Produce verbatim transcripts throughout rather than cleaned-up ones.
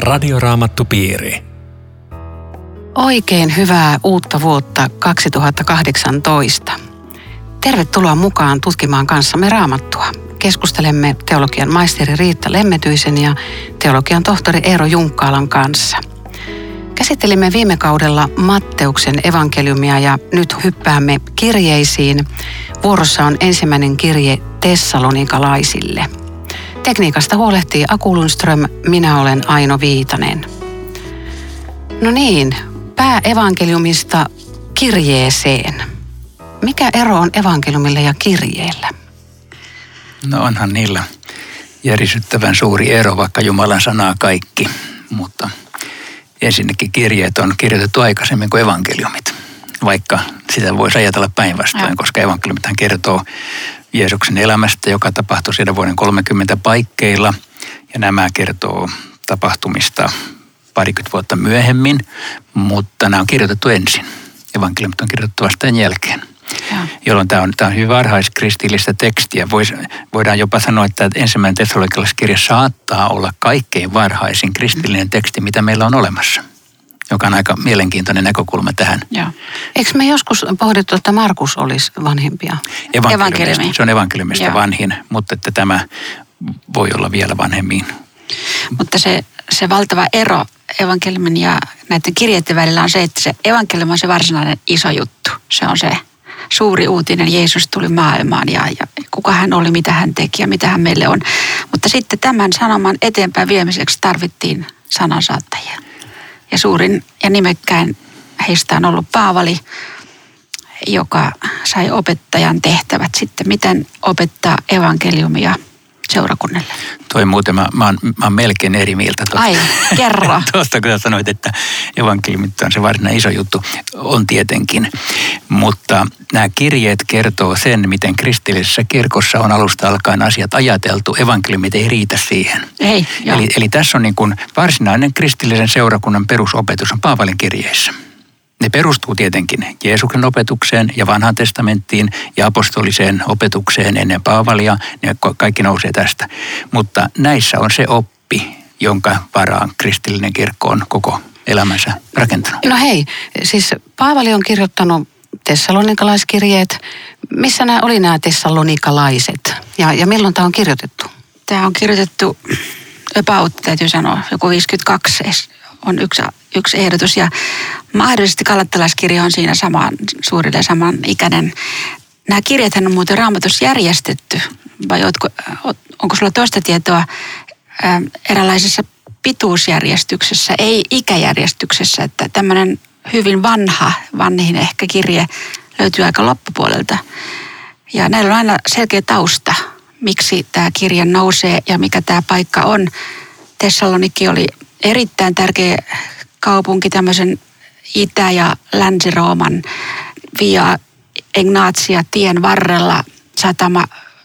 Radioraamattupiiri. Oikein hyvää uutta vuotta kaksituhattakahdeksantoista. Tervetuloa mukaan tutkimaan kanssamme Raamattua. Keskustelemme teologian maisteri Riitta Lemmetyisen ja teologian tohtori Eero Junkkaalan kanssa. Käsittelimme viime kaudella Matteuksen evankeliumia ja nyt hyppäämme kirjeisiin. Vuorossa on ensimmäinen kirje tessalonikalaisille. Tekniikasta huolehtii Aku Lundström, minä olen Aino Viitanen. No niin, pääevankeliumista kirjeeseen. Mikä ero on evankeliumilla ja kirjeellä? No onhan niillä järisyttävän suuri ero, vaikka Jumalan sanaa kaikki, mutta ensinnäkin kirjeet on kirjoitettu aikaisemmin kuin evankeliumit, vaikka sitä voisi ajatella päinvastoin, ja. koska evankeliumithan kertoo Jeesuksen elämästä, joka tapahtui siellä vuoden kolmekymmentä paikkeilla, ja nämä kertoo tapahtumista parikymmentä vuotta myöhemmin, mutta nämä on kirjoitettu ensin. Evankeliumit on kirjoitettu vasta sen jälkeen. Ja. Jolloin tämä on, tämä on hyvin varhaiskristillistä tekstiä. Vois, voidaan jopa sanoa, että ensimmäinen tessalonikalaiskirja saattaa olla kaikkein varhaisin kristillinen teksti, mitä meillä on olemassa. Joka on aika mielenkiintoinen näkökulma tähän. Joo. Eikö me joskus pohdittu, että Markus olisi vanhimpia? Evankeliumista. Se on evankeliumista Joo. vanhin, mutta että tämä voi olla vielä vanhemmin. Mutta se, se valtava ero evankeliumin ja näiden kirjeiden välillä on se, että se evankeliumi on se varsinainen iso juttu. Se on se suuri uutinen, Jeesus tuli maailmaan ja, ja kuka hän oli, mitä hän teki ja mitä hän meille on. Mutta sitten tämän sanoman eteenpäin viemiseksi tarvittiin sanansaattajia. Ja suurin ja nimekkäin heistä on ollut Paavali, joka sai opettajan tehtävät sitten, miten opettaa evankeliumia seurakunnalle. Toi muuten, mä, mä, oon, mä oon melkein eri mieltä tuosta. Ai, kerro. Tuosta, kun sä sanoit, että evankeliumit on se varsinainen iso juttu. On tietenkin. Mutta nämä kirjeet kertoo sen, miten kristillisessä kirkossa on alusta alkaen asiat ajateltu. Evankeliumit ei riitä siihen. Ei, eli, eli tässä on niin kuin varsinainen kristillisen seurakunnan perusopetus on Paavalin kirjeissä. Ne perustuu tietenkin Jeesuksen opetukseen ja vanhaan testamenttiin ja apostoliseen opetukseen ennen Paavalia. Ne kaikki nousee tästä. Mutta näissä on se oppi, jonka varaan kristillinen kirkko on koko elämänsä rakentanut. No hei, siis Paavali on kirjoittanut tessalonikalaiskirjeet. Missä nämä oli nämä tessalonikalaiset ja, ja milloin tämä on kirjoitettu? Tämä on kirjoitettu about, täytyy sanoa, joku viisikymmentäkaksi on yksi, yksi ehdotus ja mahdollisesti galattalaiskirja on siinä saman, suurille saman ikäinen. Nämä kirjathan on muuten Raamatussa järjestetty, vai ootko, onko sulla toista tietoa ää, eräänlaisessa pituusjärjestyksessä, ei ikäjärjestyksessä, että tämmöinen hyvin vanha, vanhin ehkä kirje löytyy aika loppupuolelta. Ja näillä on aina selkeä tausta, miksi tämä kirja nousee ja mikä tämä paikka on. Thessaloniki oli erittäin tärkeä kaupunki tämmöisen Itä- ja Länsi-Rooman Via Egnatia tien varrella, satama,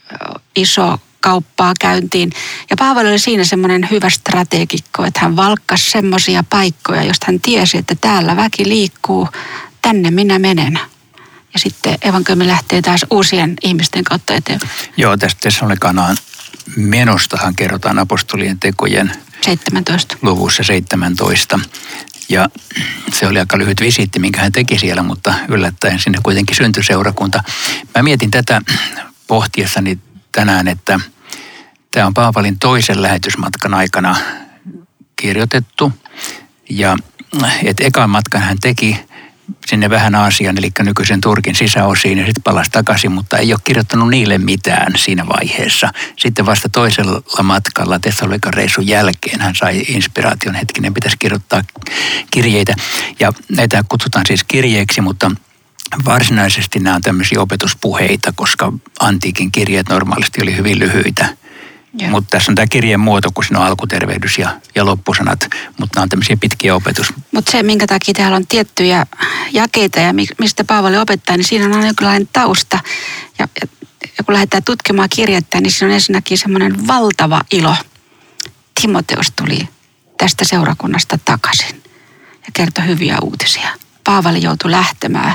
iso kauppaa käyntiin. Ja Paavali oli siinä semmoinen hyvä strategikko, että hän valkkasi semmoisia paikkoja, josta hän tiesi, että täällä väki liikkuu, tänne minä menen. Ja sitten evankeliumi lähtee taas uusien ihmisten kautta eteenpäin. Joo, tästä Tessalonikanaan menostahan kerrotaan apostolien tekojen seitsemäntoista luvussa seitsemäntoista. Ja se oli aika lyhyt visiitti, minkä hän teki siellä, mutta yllättäen sinne kuitenkin syntyi seurakunta. Mä mietin tätä pohtiessani tänään, että tämä on Paavalin toisen lähetysmatkan aikana kirjoitettu. Ja että ekan matkan hän teki sinne vähän Aasian, eli nykyisen Turkin sisäosiin ja sitten palasi takaisin, mutta ei ole kirjoittanut niille mitään siinä vaiheessa. Sitten vasta toisella matkalla Tessalonikan reissun jälkeen hän sai inspiraation, hetkinen, pitäisi kirjoittaa kirjeitä. Ja näitä kutsutaan siis kirjeiksi, mutta varsinaisesti nämä on tämmöisiä opetuspuheita, koska antiikin kirjeet normaalisti oli hyvin lyhyitä. Yeah. Mutta tässä on tämä kirjeen muoto, kun siinä on alkutervehdys ja, ja loppusanat, mutta nämä on tämmöisiä pitkiä opetus. Mutta se, minkä takia täällä on tiettyjä jakeita ja mistä Paavali opettaa, niin siinä on aina jonkinlainen tausta. Ja, ja, ja kun lähdetään tutkimaan kirjettä, niin siinä on ensinnäkin semmoinen valtava ilo. Timoteos tuli tästä seurakunnasta takaisin ja kertoi hyviä uutisia. Paavali joutui lähtemään.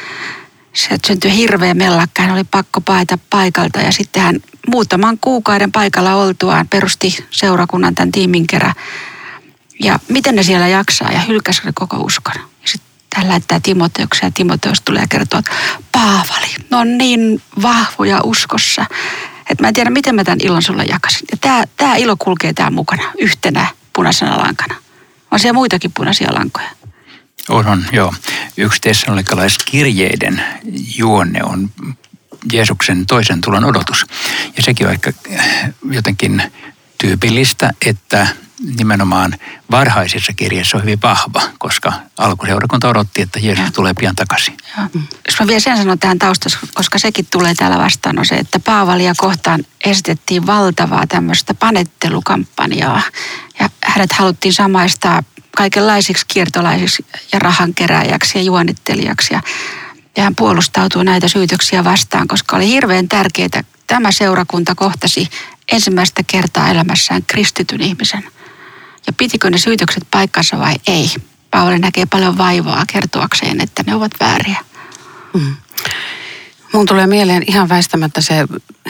Se syntyi hirveä mellakka, hän oli pakko paeta paikalta ja sitten hän muutaman kuukauden paikalla oltuaan perusti seurakunnan tämän tiimin kerran. Ja miten ne siellä jaksaa ja hylkäsikö koko uskon. Ja sitten hän lähettää Timoteuksen ja Timoteus tulee ja kertoo, että Paavali, ne on niin vahvoja uskossa, että mä en tiedä, miten mä tämän ilon sulle jakasin. Ja tämä, tämä ilo kulkee täällä mukana yhtenä punaisena lankana. On siellä muitakin punaisia lankoja. On, on, joo. Yksi tessalonikalaiskirjeiden juonne on Jeesuksen toisen tulon odotus. Ja sekin on ehkä jotenkin tyypillistä, että nimenomaan varhaisissa kirjeissä on hyvin vahva, koska alkuseurakunta odotti, että Jeesus tulee pian takaisin. Joo. Jos mä vielä sen sanon tähän taustassa, koska sekin tulee täällä vastaan, on se, että Paavalia kohtaan esitettiin valtavaa tämmöistä panettelukampanjaa. Ja hänet haluttiin samaistaa kaikenlaisiksi kiertolaisiksi ja rahankeräjäksi ja juonittelijaksi. Ja, ja hän puolustautui näitä syytöksiä vastaan, koska oli hirveän tärkeää. Tämä seurakunta kohtasi ensimmäistä kertaa elämässään kristityn ihmisen. Ja pitikö ne syytökset paikkansa vai ei? Paavali näkee paljon vaivaa kertoakseen, että ne ovat vääriä. Mm. Mun tulee mieleen ihan väistämättä se,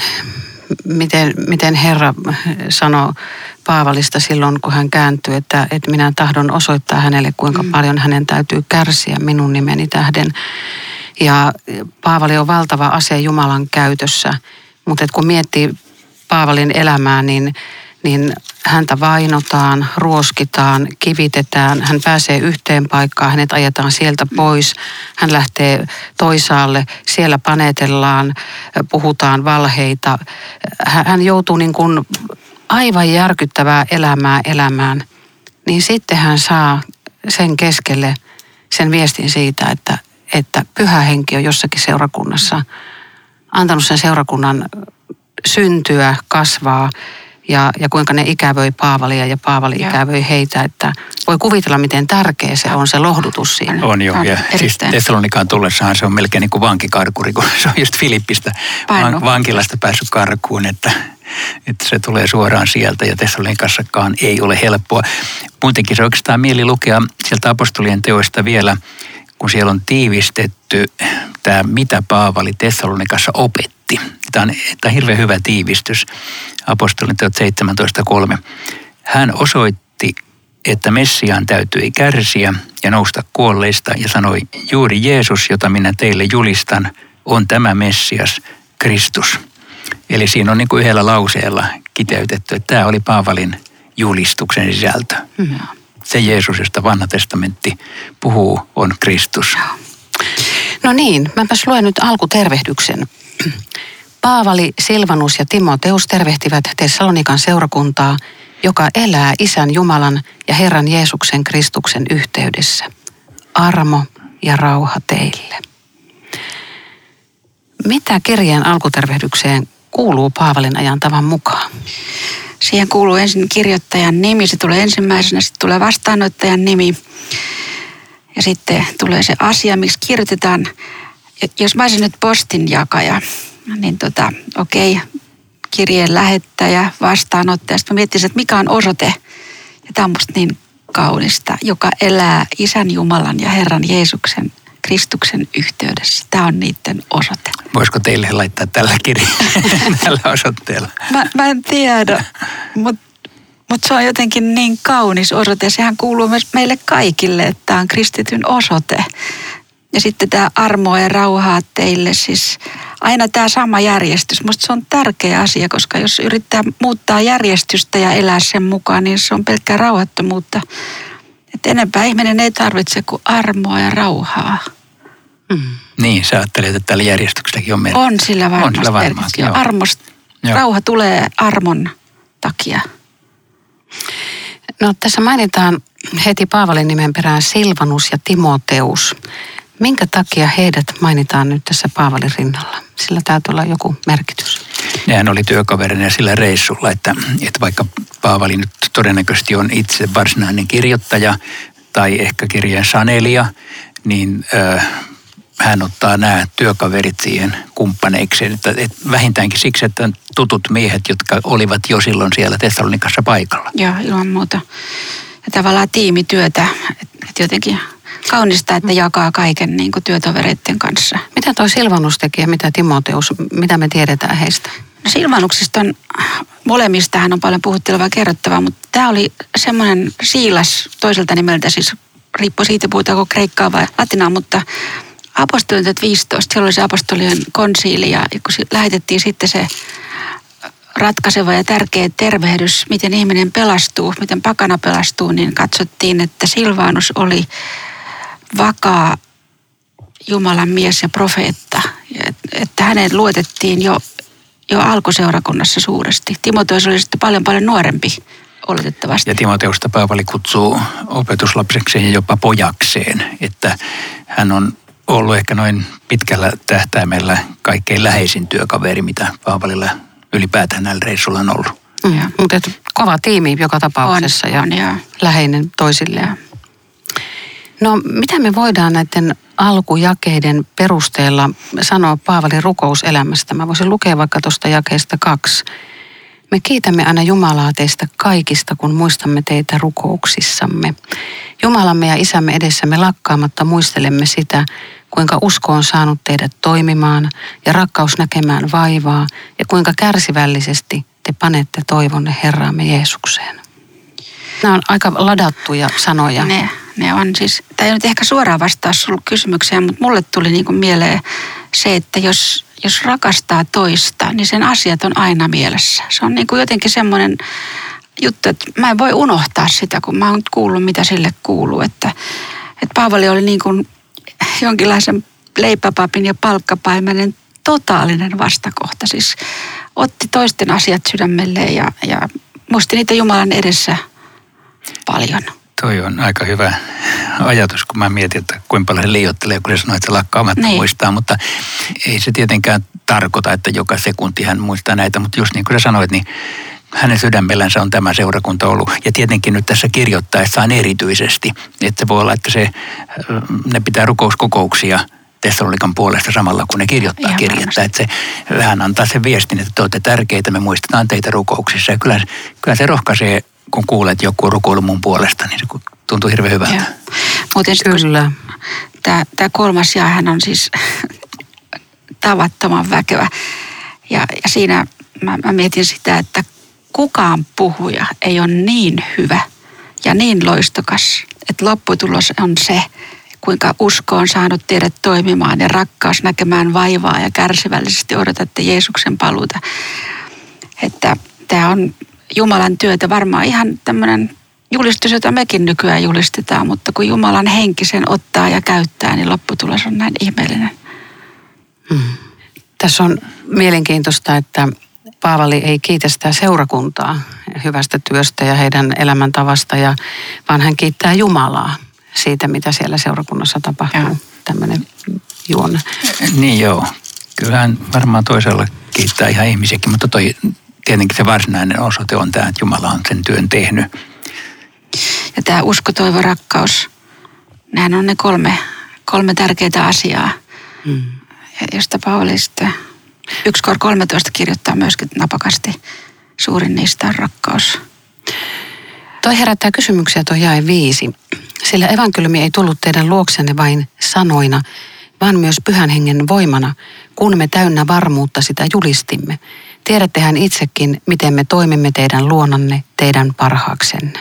miten, miten Herra sanoi Paavalista silloin, kun hän kääntyi, että, että minä tahdon osoittaa hänelle, kuinka mm. paljon hänen täytyy kärsiä minun nimeni tähden. Ja Paavali on valtava ase Jumalan käytössä, mutta kun miettii Paavalin elämää, niin, niin häntä vainotaan, ruoskitaan, kivitetään. Hän pääsee yhteen paikkaan, hänet ajetaan sieltä pois. Hän lähtee toisaalle, siellä panetellaan, puhutaan valheita. Hän joutuu niin kuin aivan järkyttävää elämää elämään. Niin sitten hän saa sen keskelle sen viestin siitä, että, että Pyhä Henki on jossakin seurakunnassa antanut sen seurakunnan syntyä, kasvaa ja, ja kuinka ne ikävöi Paavalia ja Paavali ja. ikävöi heitä. Että voi kuvitella, miten tärkeä se on se lohdutus siinä. On jo. Ja siis Tessalonikaan tullessahan se on melkein niin kuin vankikarkuri, kun se on just Filippistä van, vankilasta päässyt karkuun, että, että se tulee suoraan sieltä ja Tessalonikassakaan ei ole helppoa. Muutenkin se oikeastaan mieli lukea sieltä apostolien teoista vielä, kun siellä on tiivistetty tämä, mitä Paavali Tessalonikassa opetti. Tämä on, tämä on hirveän hyvä tiivistys. Apostolien teot seitsemäntoista kolme. Hän osoitti, että Messiaan täytyi kärsiä ja nousta kuolleista ja sanoi, juuri Jeesus, jota minä teille julistan, on tämä Messias, Kristus. Eli siinä on niin kuin yhdellä lauseella kiteytetty, että tämä oli Paavalin julistuksen sisältö. Mm. Se Jeesus, josta Vanha testamentti puhuu, on Kristus. No niin, mäpäs luen nyt alkutervehdyksen. Paavali, Silvanus ja Timoteus tervehtivät Tessalonikan seurakuntaa, joka elää Isän Jumalan ja Herran Jeesuksen Kristuksen yhteydessä. Armo ja rauha teille. Mitä kirjeen alkutervehdykseen kuuluu Paavalin ajan tavan mukaan? Siihen kuuluu ensin kirjoittajan nimi, se tulee ensimmäisenä, sitten tulee vastaanottajan nimi ja sitten tulee se asia, miksi kirjoitetaan. Jos mä olisin nyt postinjakaja, niin tota, okei, kirjeen lähettäjä, vastaanottaja. Sitten mä miettisin, että mikä on osoite. Ja tämä on musta niin kaunista, joka elää Isän Jumalan ja Herran Jeesuksen Kristuksen yhteydessä. Tämä on niiden osoite. Voisiko teille laittaa tällä kirjalla, tällä osoitteella? Mä, mä en tiedä, mutta mut se on jotenkin niin kaunis osoite. Sehän kuuluu myös meille kaikille, että tämä on kristityn osoite. Ja sitten tämä armoa ja rauhaa teille, siis aina tämä sama järjestys. Musta se on tärkeä asia, koska jos yrittää muuttaa järjestystä ja elää sen mukaan, niin se on pelkkää rauhattomuutta. Että enempää ihminen ei tarvitse kuin armoa ja rauhaa. Mm. Niin, sä ajattelet, että tällä järjestykselläkin on merkitys. On sillä varmasti, on sillä varmasti merkitys. Armosta, rauha tulee armon takia. No tässä mainitaan heti Paavalin nimen perään Silvanus ja Timoteus. Minkä takia heidät mainitaan nyt tässä Paavalin rinnalla? Sillä täytyy olla joku merkitys. Nehän oli työkaverina sillä reissulla, että, että vaikka Paavali nyt todennäköisesti on itse varsinainen kirjoittaja tai ehkä kirjeen sanelija, niin äh, hän ottaa nämä työkaverit siihen kumppaneikseen. Että, että vähintäänkin siksi, että tutut miehet, jotka olivat jo silloin siellä Tessalonikassa paikalla. Joo, ilman muuta. Ja tavallaan tiimityötä, että jotenkin kaunista, että jakaa kaiken niin kuin työtovereiden kanssa. Mitä toi Silvanus teki ja mitä Timoteus, mitä me tiedetään heistä? No Silvanuksista on, molemmistahan on paljon puhuttelevaa kerrottavaa, mutta tämä oli semmoinen Siilas toiselta nimeltä, siis riippuu siitä puhutaanko kreikkaa vai latinaa, mutta apostolityöt viisitoista, siellä oli se apostolien konsiili ja kun lähetettiin sitten se ratkaiseva ja tärkeä tervehdys, miten ihminen pelastuu, miten pakana pelastuu, niin katsottiin, että Silvanus oli vakaa Jumalan mies ja profeetta, että hänen luotettiin jo, jo alkuseurakunnassa suuresti. Timoteus oli sitten paljon paljon nuorempi oletettavasti. Ja Timoteusta Paavali kutsuu opetuslapsekseen ja jopa pojakseen, että hän on ollut ehkä noin pitkällä tähtäimellä kaikkein läheisin työkaveri, mitä Paavalilla ylipäätään näillä reissulla on ollut. Mm, mutta kova tiimi joka tapauksessa on, ja, on, ja läheinen toisilleen. No mitä me voidaan näiden alkujakeiden perusteella sanoa Paavalin rukouselämästä? Mä voisin lukea vaikka tuosta jakeesta kaksi. Me kiitämme aina Jumalaa teistä kaikista, kun muistamme teitä rukouksissamme. Jumalamme ja Isämme edessämme lakkaamatta muistelemme sitä, kuinka usko on saanut teidät toimimaan ja rakkaus näkemään vaivaa ja kuinka kärsivällisesti te panette toivonne Herraamme Jeesukseen. Nämä on aika ladattuja sanoja. Ne, ne on siis, tämä ei nyt ehkä suoraan vastaa sinulle kysymykseen, mutta mulle tuli niin kuin mieleen se, että jos, jos rakastaa toista, niin sen asiat on aina mielessä. Se on niin kuin jotenkin semmoinen juttu, että mä en voi unohtaa sitä, kun mä oon kuullut, mitä sille kuuluu. Että, että Paavali oli niin kuin jonkinlaisen leipäpapin ja palkkapaimenen totaalinen vastakohta. Siis otti toisten asiat sydämelleen ja, ja muisti niitä Jumalan edessä paljon. Toi on aika hyvä ajatus, kun mä mietin, että kuinka paljon se liioittelee, kun se sanoo, että se lakkaamatta niin muistaa. Mutta ei se tietenkään tarkoita, että joka sekunti hän muistaa näitä. Mutta just niin kuin sä sanoit, niin hänen sydämellänsä on tämä seurakunta ollut. Ja tietenkin nyt tässä kirjoittaessaan erityisesti. Että se voi olla, että se, ne pitää rukouskokouksia Tessalonikan puolesta samalla, kun ne kirjoittaa ihan kirjettä. Että se vähän antaa sen viestin, että te olette tärkeitä, me muistetaan teitä rukouksissa. Ja kyllä, kyllä se rohkaisee, kun kuulet, että joku on rukoillut mun puolesta, niin se tuntuu hirveän hyvältä. Muuten kyllä. Tämä, tämä kolmas jae, hän on siis tavattoman väkevä. Ja, ja siinä mä, mä mietin sitä, että kukaan puhuja ei ole niin hyvä ja niin loistokas, että lopputulos on se, kuinka usko on saanut teidät toimimaan ja rakkaus näkemään vaivaa ja kärsivällisesti odotatte Jeesuksen paluuta. Että tämä on Jumalan työtä, varmaan ihan tämmöinen julistus, jota mekin nykyään julistetaan, mutta kun Jumalan henki sen ottaa ja käyttää, niin lopputulos on näin ihmeellinen. Hmm. Tässä on mielenkiintoista, että Paavali ei kiitä sitä seurakuntaa hyvästä työstä ja heidän elämäntavasta, ja, vaan hän kiittää Jumalaa siitä, mitä siellä seurakunnassa tapahtuu. Ja. Tämmöinen juonne. Niin joo. Kyllähän varmaan toisella kiittää ihan ihmisiäkin, mutta toi, tietenkin se varsinainen osoite on tämä, että Jumala on sen työn tehnyt. Ja tämä usko, toivo, rakkaus, nämä on ne kolme, kolme tärkeää asiaa, mm. josta Paavali sitten yksi kolmetoista kirjoittaa myöskin napakasti. Suurin niistä on rakkaus. Toi herättää kysymyksiä tuo jae viisi. Sillä evankeliumi ei tullut teidän luoksenne vain sanoina, vaan myös Pyhän Hengen voimana, kun me täynnä varmuutta sitä julistimme. Tiedättehän itsekin, miten me toimimme teidän luonanne, teidän parhaaksenne.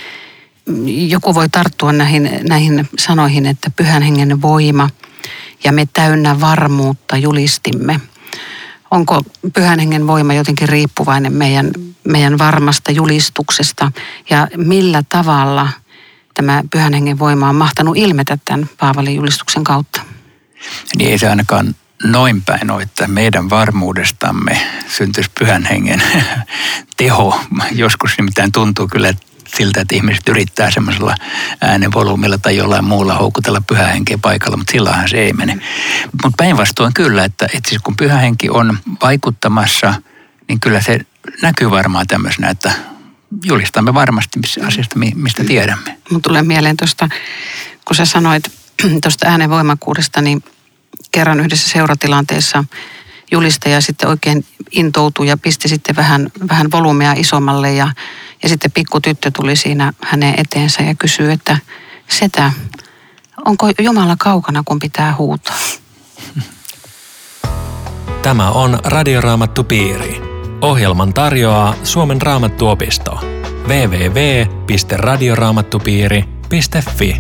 Joku voi tarttua näihin, näihin sanoihin, että Pyhän Hengen voima ja me täynnä varmuutta julistimme. Onko Pyhän Hengen voima jotenkin riippuvainen meidän, meidän varmasta julistuksesta ja millä tavalla tämä Pyhän Hengen voima on mahtanut ilmetä tämän Paavalin julistuksen kautta? Niin ei se ainakaan noin päin ole, että meidän varmuudestamme syntyisi Pyhän Hengen teho. Joskus nimittäin tuntuu kyllä siltä, että ihmiset yrittää semmoisella äänenvolyymilla tai jollain muulla houkutella Pyhää Henkeä paikalla, mutta silloinhan se ei mene. Mutta päinvastoin kyllä, että, että siis kun Pyhä Henki on vaikuttamassa, niin kyllä se näkyy varmaan tämmöisenä, että julistamme varmasti asiasta, mistä tiedämme. Mun tulee mieleen tuosta, kun sä sanoit tuosta äänenvoimakkuudesta, niin kerran yhdessä seuratilanteessa julistaja sitten oikein intoutui ja pisti sitten vähän, vähän volyymia isommalle ja, ja sitten pikku tyttö tuli siinä hänen eteensä ja kysyi, että setä, onko Jumala kaukana, kun pitää huutaa? Tämä on Radioraamattupiiri. Ohjelman tarjoaa Suomen Raamattuopisto. double-u double-u double-u piste radioraamattupiiri piste fi.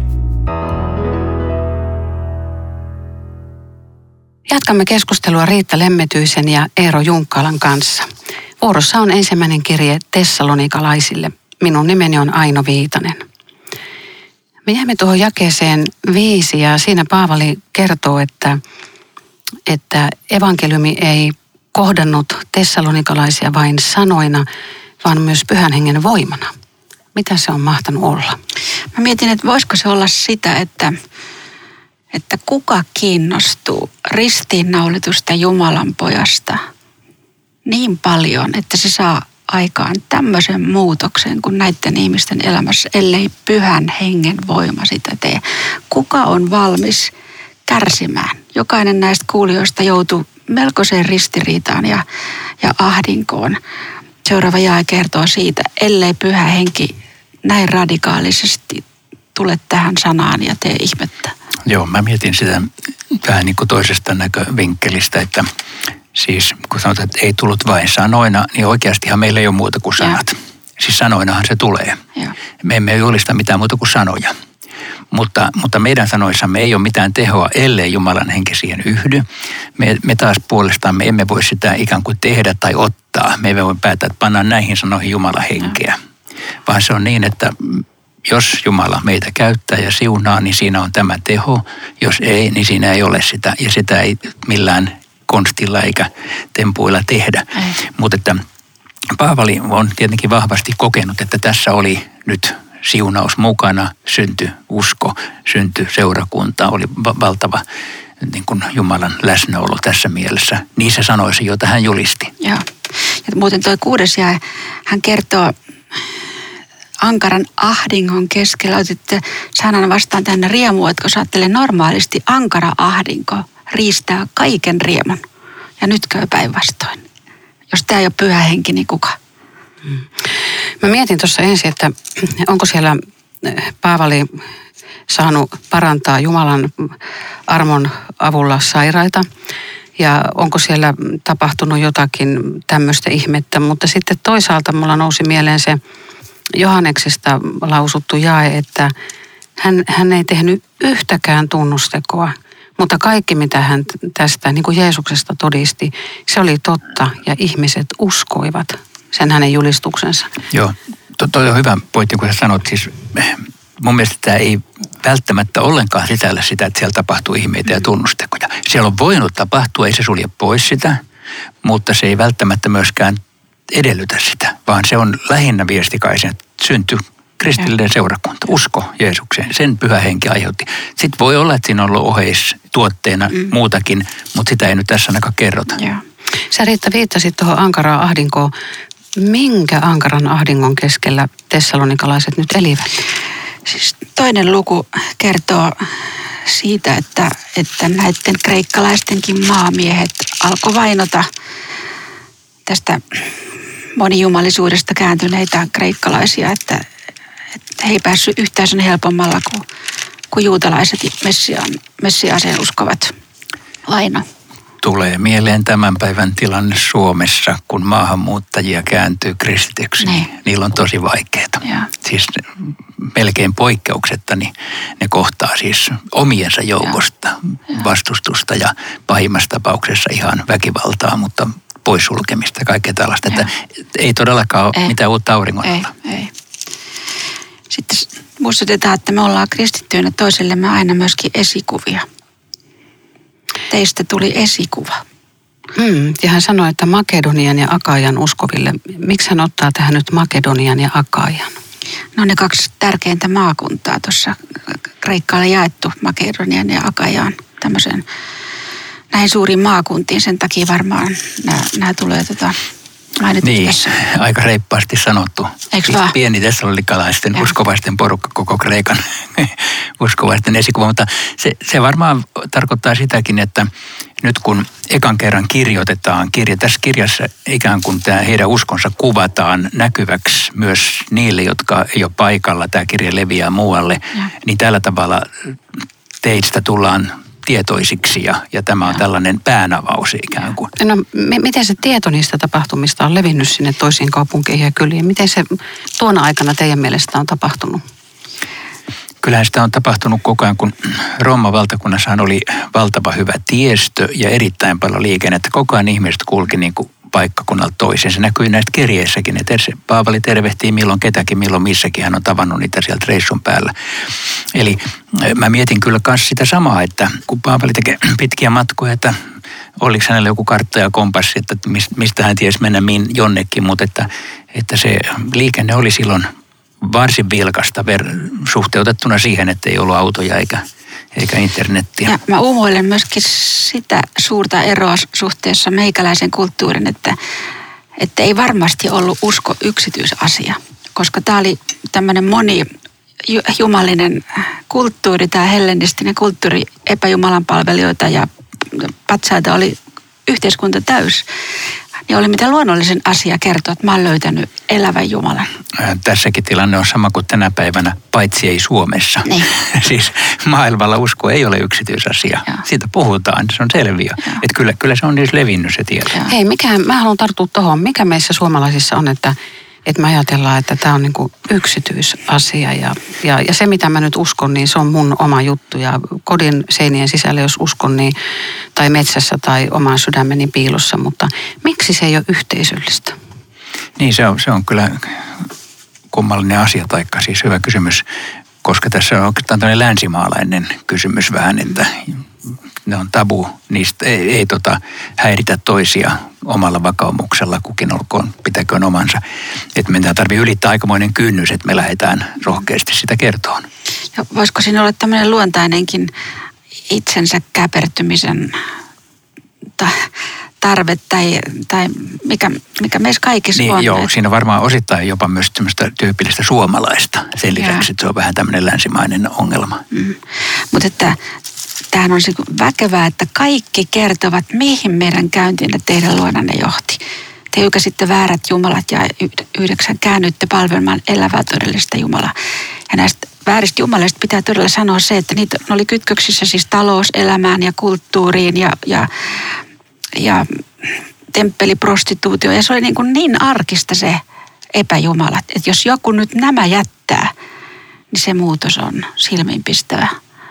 Jatkamme keskustelua Riitta Lemmetyisen ja Eero Junkkalan kanssa. Vuorossa on ensimmäinen kirje tessalonikalaisille. Minun nimeni on Aino Viitanen. Me jäämme tuohon jakeeseen viisi ja siinä Paavali kertoo, että, että evankeliumi ei kohdannut tessalonikalaisia vain sanoina, vaan myös Pyhän Hengen voimana. Mitä se on mahtanut olla? Mä mietin, että voisiko se olla sitä, että, että kuka kiinnostuu ristiinnaulitusta Jumalan pojasta niin paljon, että se saa aikaan tämmöisen muutoksen kuin näiden ihmisten elämässä, ellei Pyhän Hengen voima sitä tee. Kuka on valmis kärsimään? Jokainen näistä kuulijoista joutuu melkoiseen ristiriitaan ja, ja ahdinkoon. Seuraava jae kertoo siitä, ellei Pyhä Henki näin radikaalisesti tule tähän sanaan ja tee ihmettä. Joo, mä mietin sitä vähän niin kuin toisesta näkövinkkelistä, että siis kun sanotaan, että ei tullut vain sanoina, niin oikeastihan meillä ei ole muuta kuin sanat. Ja. Siis sanoinahan se tulee. Ja. Me emme julista mitään muuta kuin sanoja. Mutta, mutta meidän sanoissamme ei ole mitään tehoa, ellei Jumalan henki siihen yhdy. Me, me taas puolestaan me emme voi sitä ikään kuin tehdä tai ottaa. Me emme voi päättää, että pannaan näihin sanoihin Jumalan henkeä. Ja. Vaan se on niin, että jos Jumala meitä käyttää ja siunaa, niin siinä on tämä teho. Jos ei, niin siinä ei ole sitä. Ja sitä ei millään konstilla eikä tempuilla tehdä. Mutta että Paavali on tietenkin vahvasti kokenut, että tässä oli nyt siunaus mukana, syntyi usko, syntyi seurakunta, oli valtava niin kuin Jumalan läsnäolo tässä mielessä. Niissä sanoissa, joita hän julisti. Joo. Ja muuten toi kuudes jae, hän kertoo ankaran ahdingon keskellä. Otitte sanan vastaan tänne riemua, että kun sä ajattelee normaalisti ankara ahdinko riistää kaiken riemun. Ja nyt käy päinvastoin. Jos tämä ei ole Pyhä Henki, niin kuka? Hmm. Mä mietin tuossa ensin, että onko siellä Paavali saanut parantaa Jumalan armon avulla sairaita ja onko siellä tapahtunut jotakin tämmöistä ihmettä, mutta sitten toisaalta mulla nousi mieleen se Johanneksesta lausuttu jae, että hän, hän ei tehnyt yhtäkään tunnustekoa, mutta kaikki mitä hän tästä niin kuin Jeesuksesta todisti, se oli totta ja ihmiset uskoivat sen hänen julistuksensa. Joo, toi on hyvä pointti, kun sä sanot, siis mun mielestä tämä ei välttämättä ollenkaan sisällä sitä, että siellä tapahtuu ihmeitä ja tunnustekoja. Siellä on voinut tapahtua, ei se sulje pois sitä, mutta se ei välttämättä myöskään edellytä sitä, vaan se on lähinnä viestikaisen, että syntyi kristillinen seurakunta, usko Jeesukseen, sen Pyhä Henki aiheutti. Sitten voi olla, että siinä on ollut oheistuotteena mm. muutakin, mutta sitä ei nyt tässä ainakaan kerrota. Joo. Sä Riitta viittasit tuohon ankaraan ahdinkoon. Minkä ankaran ahdingon keskellä tessalonikalaiset nyt elivät? Siis toinen luku kertoo siitä, että, että näiden kreikkalaistenkin maamiehet alkoi vainota tästä monijumalisuudesta kääntyneitä kreikkalaisia, että, että he ei päässyt yhtään sen helpommalla kuin, kuin juutalaiset messiaan, messiaaseen uskovat. Vaino. Tulee mieleen tämän päivän tilanne Suomessa, kun maahanmuuttajia kääntyy kristityksi. Niin. Niillä on tosi vaikeaa. Siis melkein poikkeuksetta niin ne kohtaa siis omiensa joukosta ja. vastustusta ja pahimmassa tapauksessa ihan väkivaltaa, mutta poissulkemista ja kaikkea tällaista. Että ei todellakaan ole ei. mitään uutta auringon alla. Ei, ei. Sitten muistutetaan, että me ollaan kristittyinä toisellemme aina myöskin esikuvia. Teistä tuli esikuva. Mm, ja hän sanoi, että Makedonian ja Akaian uskoville. Miksi hän ottaa tähän nyt Makedonian ja Akaian? No ne kaksi tärkeintä maakuntaa tuossa Kreikkaalle jaettu Makedonian ja Akaian tämmöisen näihin suuriin maakuntiin. Sen takia varmaan nämä, nämä tulee tota, mainittu niin, tässä. Aika reippaasti sanottu. Eikö siis pieni tessalonikalaisten ja. uskovaisten porukka koko Kreikan uskovaisten esikuva. Mutta se, se varmaan tarkoittaa sitäkin, että nyt kun ekan kerran kirjoitetaan kirja, tässä kirjassa ikään kuin tämä heidän uskonsa kuvataan näkyväksi myös niille, jotka ei ole paikalla, tämä kirja leviää muualle, ja. niin tällä tavalla teistä tullaan tietoisiksi ja, ja tämä on tällainen päänavaus ikään kuin. No m- miten se tieto niistä tapahtumista on levinnyt sinne toisiin kaupunkeihin ja kyliin? Miten se tuona aikana teidän mielestä on tapahtunut? Kyllähän sitä on tapahtunut koko ajan, kun Rooman valtakunnassahan oli valtava hyvä tiestö ja erittäin paljon liikennettä. Koko ajan ihmiset kulki niin kuin paikkakunnalta toiseen. Se näkyy näistä kirjeissäkin, että Paavali tervehtii milloin ketäkin, milloin missäkin. Hän on tavannut niitä sieltä reissun päällä. Eli mä mietin kyllä myös sitä samaa, että kun Paavali tekee pitkiä matkoja, että oliko hänellä joku kartta ja kompassi, että mistä hän tiesi mennä min, jonnekin, mutta että, että se liikenne oli silloin varsin vilkasta ver- suhteutettuna siihen, että ei ollut autoja eikä, eikä internettiä. Ja mä uumoilen myöskin sitä suurta eroa suhteessa meikäläisen kulttuurin, että, että ei varmasti ollut usko yksityisasia, koska tämä oli tämmöinen monijumalinen kulttuuri, tämä hellenistinen kulttuuri, epäjumalan palvelijoita ja patsaita oli yhteiskunta täys. Niin oli mitä luonnollisen asia kertoa, että mä oon löytänyt elävän Jumalan. Tässäkin tilanne on sama kuin tänä päivänä, paitsi ei Suomessa. Niin. Siis maailmalla usko ei ole yksityisasia. Joo. Siitä puhutaan, se on selviö. Että kyllä, kyllä se on niin levinnyt se tieto. Joo. Hei, mikä, mä haluan tarttua tuohon. Mikä meissä suomalaisissa on, että, että me ajatellaan, että tämä on niin kuin yksityisasia. Ja, ja, ja se, mitä mä nyt uskon, niin se on mun oma juttu. Ja kodin seinien sisällä, jos uskon, niin, tai metsässä tai oman sydämeni piilossa. Mutta miksi se ei ole yhteisöllistä? Niin, se on, se on kyllä kummallinen asia, taikka siis hyvä kysymys, koska tässä on oikeastaan tämmöinen länsimaalainen kysymys vähän, että ne on tabu, niistä ei, ei tota, häiritä toisia omalla vakaumuksella, kukin olkoon, pitäköön omansa. Että meidän tarvitsee ylittää aikamoinen kynnys, että me lähdetään rohkeasti sitä kertoon. Ja voisiko siinä olla tämmöinen luontainenkin itsensä käpertymisen ta- tarve tai, tai mikä, mikä meissä kaikissa niin, on? Joo, et... siinä on varmaan osittain jopa myös tämmöistä tyypillistä suomalaista. Sen lisäksi, että se on vähän tämmöinen länsimainen ongelma. Mm. Mutta että tämähän on väkevää, että kaikki kertovat, mihin meidän käyntinne teidän luonanne johti. Te ylkäsitte väärät jumalat ja yhdeksän käännytte palvelemaan elävää todellista Jumalaa. Ja näistä vääristä jumalista pitää todella sanoa se, että niitä oli kytköksissä siis talouselämään ja kulttuuriin ja, ja, ja temppeliprostituutio. Ja se oli niin, kuin niin arkista se epäjumalat, että jos joku nyt nämä jättää, niin se muutos on silmiinpistävä.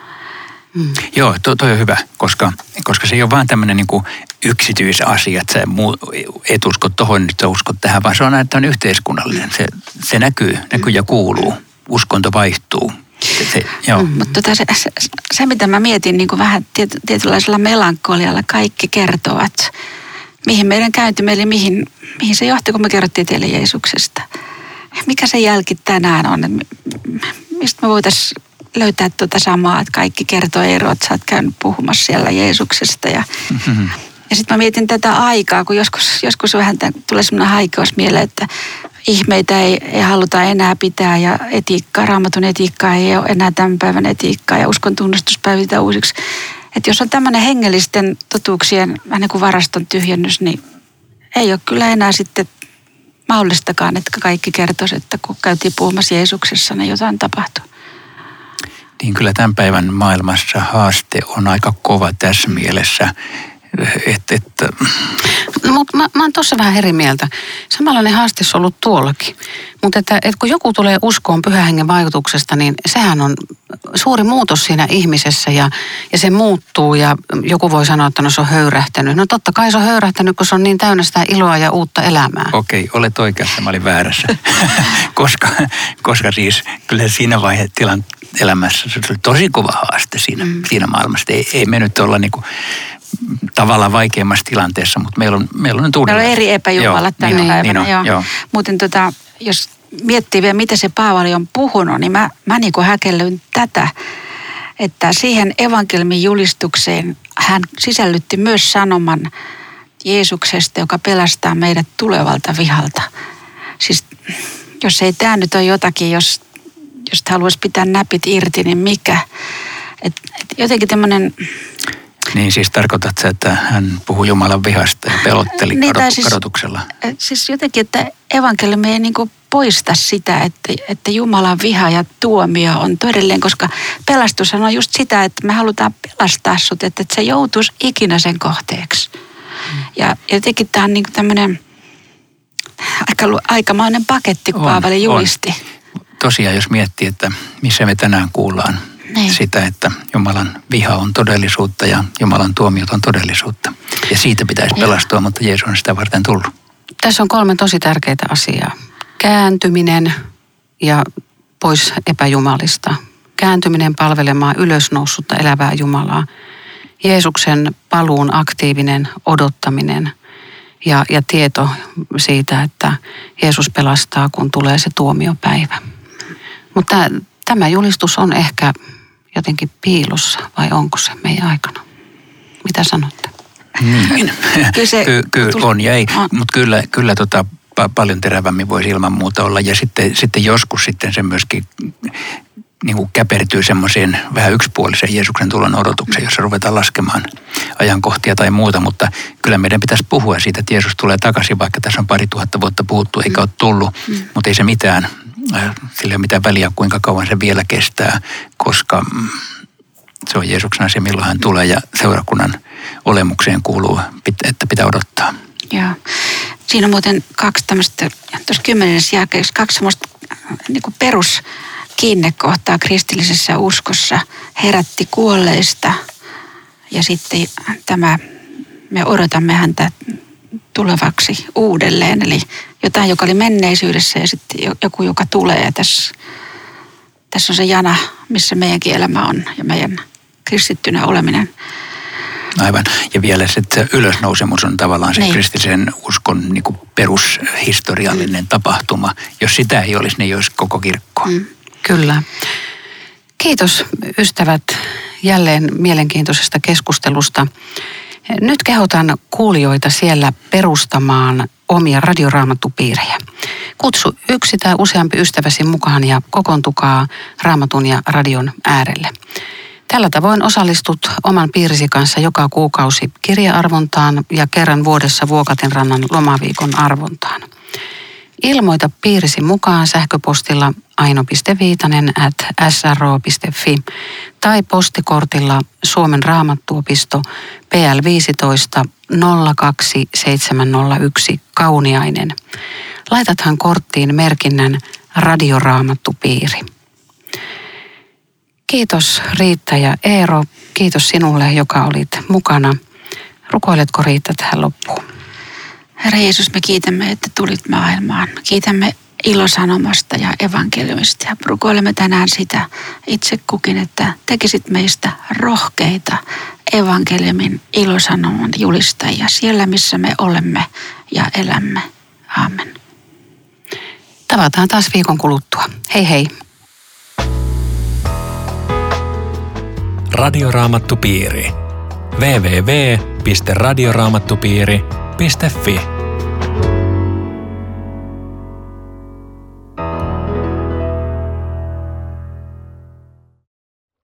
Mm. Joo, to, toi on hyvä, koska, koska se ei ole vaan tämmöinen niin kuin yksityisasia, että sä muu, et usko tohon, nyt sä uskot tähän, vaan se on aina yhteiskunnallinen. Se, se näkyy, näkyy ja kuuluu. Uskonto vaihtuu. Se, se, joo. Mm, mutta tota, se, se, se, mitä mä mietin niin kuin vähän tiet, tietynlaisella melankolialla, kaikki kertovat, mihin meidän käyntimme, eli mihin, mihin se johti, kun me kerrottiin teille Jeesuksesta. Mikä se jälki tänään on? Mistä me voitaisiin löytää tuota samaa, että kaikki kertoo Eero, että sä oot käynyt puhumassa siellä Jeesuksesta. Ja, mm-hmm. ja sitten mä mietin tätä aikaa, kun joskus, joskus vähän tulee semmoinen haikeus mieleen, että ihmeitä ei, ei haluta enää pitää ja etiikkaa, Raamatun etiikkaa ei ole enää tämän päivän etiikkaa ja uskon tunnustus päivitetään uusiksi. Että jos on tämmöinen hengellisten totuuksien vähän niin kuin varaston tyhjennys, niin ei ole kyllä enää sitten mahdollistakaan, että kaikki kertoisi, että kun käytiin puhumassa Jeesuksessa, niin jotain tapahtuu. Niin kyllä tämän päivän maailmassa haaste on aika kova tässä mielessä, että... että... No, mutta mä, mä oon tuossa vähän eri mieltä. Samanlainen haaste on ollut tuollakin. Mutta että, että kun joku tulee uskoon pyhän hengen vaikutuksesta, niin sehän on suuri muutos siinä ihmisessä ja, ja se muuttuu ja joku voi sanoa, että no se on höyrähtänyt. No totta kai se on höyrähtänyt, kun se on niin täynnä sitä iloa ja uutta elämää. Okei, olet oikeassa, mä olin väärässä. koska, koska siis kyllä siinä vaiheessa tilan elämässä se oli tosi kova haaste siinä, mm. siinä maailmassa. Ei, ei me nyt olla niinku tavallaan vaikeimmassa tilanteessa, mutta meillä on, meillä on nyt uudelleen. Meillä on eri epäjumalat tänä niin, päivänä. Niin on, joo. Joo. Muuten tota, jos miettii vielä, mitä se Paavali on puhunut, niin mä, mä niin kuin häkellyn tätä, että siihen evankeliumin julistukseen hän sisällytti myös sanoman Jeesuksesta, joka pelastaa meidät tulevalta vihalta. Siis jos ei tämä nyt ole jotakin, jos, jos haluaisi pitää näpit irti, niin mikä? Et, et jotenkin tämmöinen... Niin siis tarkoitat sä, että hän puhui Jumalan vihasta ja pelotteli niin, kadot, siis, kadotuksella? Siis jotenkin, että evankeliumi ei niin kuin poista sitä, että, että Jumalan viha ja tuomio on todellinen, koska pelastus on just sitä, että me halutaan pelastaa sut, että et se joutuisi ikinä sen kohteeksi. Mm. Ja jotenkin tämä on niin kuin tämmöinen aika, aikamoinen paketti, kun Paavali julisti. On. Tosiaan, jos miettii, että missä me tänään kuullaan niin. sitä, että Jumalan viha on todellisuutta ja Jumalan tuomiot on todellisuutta. Ja siitä pitäisi pelastua, mutta Jeesus on sitä varten tullut. Tässä on kolme tosi tärkeää asiaa. Kääntyminen ja pois epäjumalista. Kääntyminen palvelemaan ylösnoussutta elävää Jumalaa. Jeesuksen paluun aktiivinen odottaminen ja, ja tieto siitä, että Jeesus pelastaa, kun tulee se tuomiopäivä. Mutta tämä julistus on ehkä jotenkin piilossa, vai onko se meidän aikana? Mitä sanotte? Niin, Ky- kyllä on ja ei, mutta kyllä, kyllä tota, pa- paljon terävämmin voisi ilman muuta olla. Ja sitten, sitten joskus sitten se myöskin niin kuin käpertyy semmoiseen vähän yksipuoliseen Jeesuksen tulon odotukseen, jossa ruvetaan laskemaan ajankohtia tai muuta. Mutta kyllä meidän pitäisi puhua siitä, että Jeesus tulee takaisin, vaikka tässä on pari tuhatta vuotta puhuttu eikä ole tullut. Mm. Mutta ei se mitään, sillä ei ole mitään väliä, kuinka kauan se vielä kestää, koska se on Jeesuksen asia, milloin hän tulee ja seurakunnan olemukseen kuuluu, että pitää odottaa. Joo. Siinä on muuten kaksi tämmöistä, tuossa kymmenessä jälkeen, kaksi semmoista niin kuin peruskiinnekohtaa kristillisessä uskossa. Herätti kuolleista ja sitten tämä, me odotamme häntä tulevaksi uudelleen. Eli jotain, joka oli menneisyydessä ja sitten joku, joka tulee. Ja tässä, tässä on se jana, missä meidänkin elämä on ja meidän kristittynä oleminen. Aivan. Ja vielä se, että ylösnousemus on tavallaan se niin. kristillisen uskon niin kuin perushistoriallinen mm. tapahtuma. Jos sitä ei olisi, niin ei olisi koko kirkko. Mm. Kyllä. Kiitos ystävät jälleen mielenkiintoisesta keskustelusta. Nyt kehotan kuulijoita siellä perustamaan omia radioraamattupiirejä. Kutsu yksi tai useampi ystäväsi mukaan ja kokoontukaa Raamatun ja radion äärelle. Tällä tavoin osallistut oman piirisi kanssa joka kuukausi kirja-arvontaan ja kerran vuodessa Vuokatinrannan lomaviikon arvontaan. Ilmoita piirisi mukaan sähköpostilla aino piste viitanen at s r o piste f i tai postikortilla Suomen Raamattuopisto P L viisitoista nolla kaksi seitsemän nolla yksi Kauniainen. Laitathan korttiin merkinnän radioraamattupiiri. Kiitos Riitta ja Eero. Kiitos sinulle, joka olit mukana. Rukoiletko Riitta tähän loppuun? Herra Jeesus, me kiitämme, että tulit maailmaan. Kiitämme ilosanomasta ja evankeliumista. Ja rukoilemme tänään sitä itse kukin, että tekisit meistä rohkeita evankeliumin ilosanoman julistajia siellä, missä me olemme ja elämme. Aamen. Tavataan taas viikon kuluttua. Hei hei. Radioraamattupiiri. double-u double-u double-u piste radioraamattupiiri piste f i